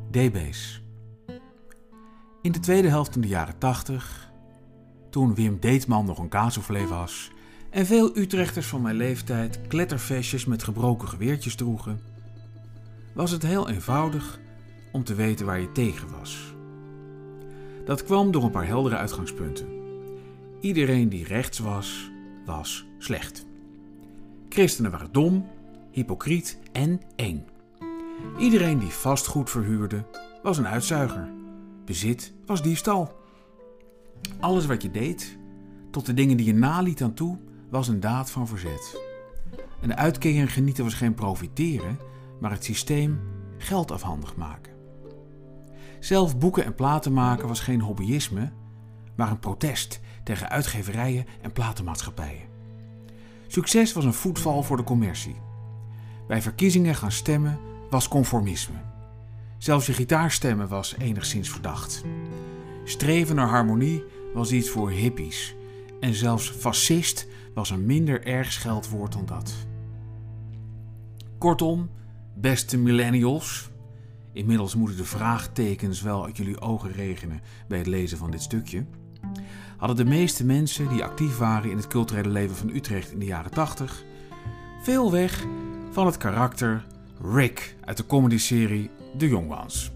DB's. In de tweede helft van de jaren 80, toen Wim Deetman nog een kaassoufflé was en veel Utrechters van mijn leeftijd klettervestjes met gebroken geweertjes droegen, was het heel eenvoudig om te weten waar je tegen was. Dat kwam door een paar heldere uitgangspunten. Iedereen die rechts was, was slecht. Christenen waren dom, hypocriet en eng. Iedereen die vastgoed verhuurde, was een uitzuiger. Bezit was diefstal. Alles wat je deed, tot de dingen die je naliet aan toe, was een daad van verzet. En de uitkering genieten was geen profiteren, maar het systeem geld afhandig maken. Zelf boeken en platen maken was geen hobbyisme, maar een protest tegen uitgeverijen en platenmaatschappijen. Succes was een voetval voor de commercie. Bij verkiezingen gaan stemmen was conformisme. Zelfs je gitaarstemmen was enigszins verdacht. Streven naar harmonie was iets voor hippies. En zelfs fascist was een minder erg scheldwoord dan dat. Kortom, beste millennials, inmiddels moeten de vraagtekens wel uit jullie ogen regenen bij het lezen van dit stukje, hadden de meeste mensen die actief waren in het culturele leven van Utrecht in de jaren 80 veel weg van het karakter Rick uit de comedyserie The Young Ones.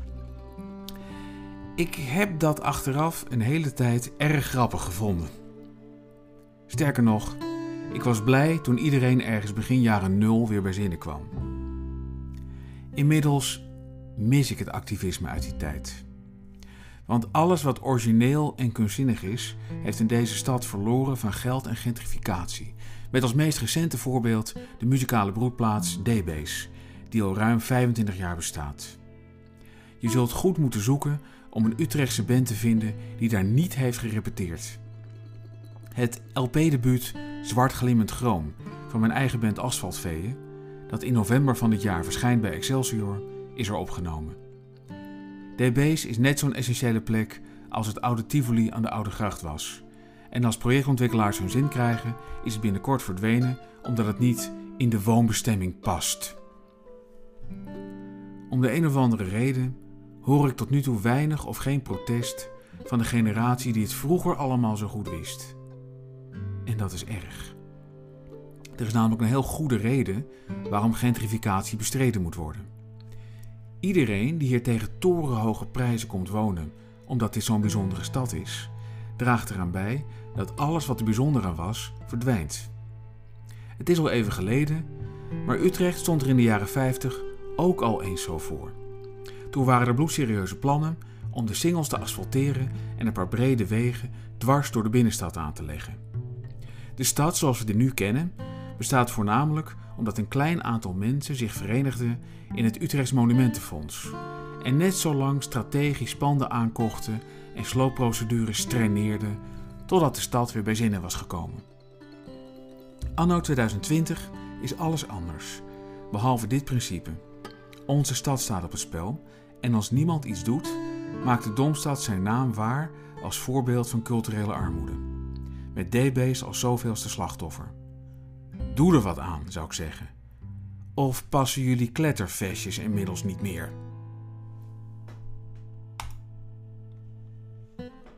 Ik heb dat achteraf een hele tijd erg grappig gevonden. Sterker nog, ik was blij toen iedereen ergens begin jaren 0 weer bij zinnen kwam. Inmiddels mis ik het activisme uit die tijd. Want alles wat origineel en kunstzinnig is, heeft in deze stad verloren van geld en gentrificatie. Met als meest recente voorbeeld de muzikale broedplaats DB's, die al ruim 25 jaar bestaat. Je zult goed moeten zoeken om een Utrechtse band te vinden die daar niet heeft gerepeteerd. Het LP-debuut Zwart glimmend chroom van mijn eigen band Asfaltveeën, dat in november van dit jaar verschijnt bij Excelsior, is er opgenomen. DB's is net zo'n essentiële plek als het oude Tivoli aan de Oude Gracht was. En als projectontwikkelaars hun zin krijgen, is het binnenkort verdwenen omdat het niet in de woonbestemming past. Om de een of andere reden hoor ik tot nu toe weinig of geen protest van de generatie die het vroeger allemaal zo goed wist. En dat is erg. Er is namelijk een heel goede reden waarom gentrificatie bestreden moet worden. Iedereen die hier tegen torenhoge prijzen komt wonen, omdat dit zo'n bijzondere stad is, draagt eraan bij dat alles wat er bijzonder aan was, verdwijnt. Het is al even geleden, maar Utrecht stond er in de jaren 50 ook al eens zo voor. Toen waren er bloedserieuze plannen om de singels te asfalteren en een paar brede wegen dwars door de binnenstad aan te leggen. De stad zoals we die nu kennen, bestaat voornamelijk omdat een klein aantal mensen zich verenigden in het Utrechts Monumentenfonds en net zo lang strategisch panden aankochten en sloopprocedures traineerden totdat de stad weer bij zinnen was gekomen. Anno 2020 is alles anders, behalve dit principe. Onze stad staat op het spel en als niemand iets doet, maakt de Domstad zijn naam waar als voorbeeld van culturele armoede. Met DB's als zoveelste slachtoffer. Doe er wat aan, zou ik zeggen. Of passen jullie klettervestjes inmiddels niet meer?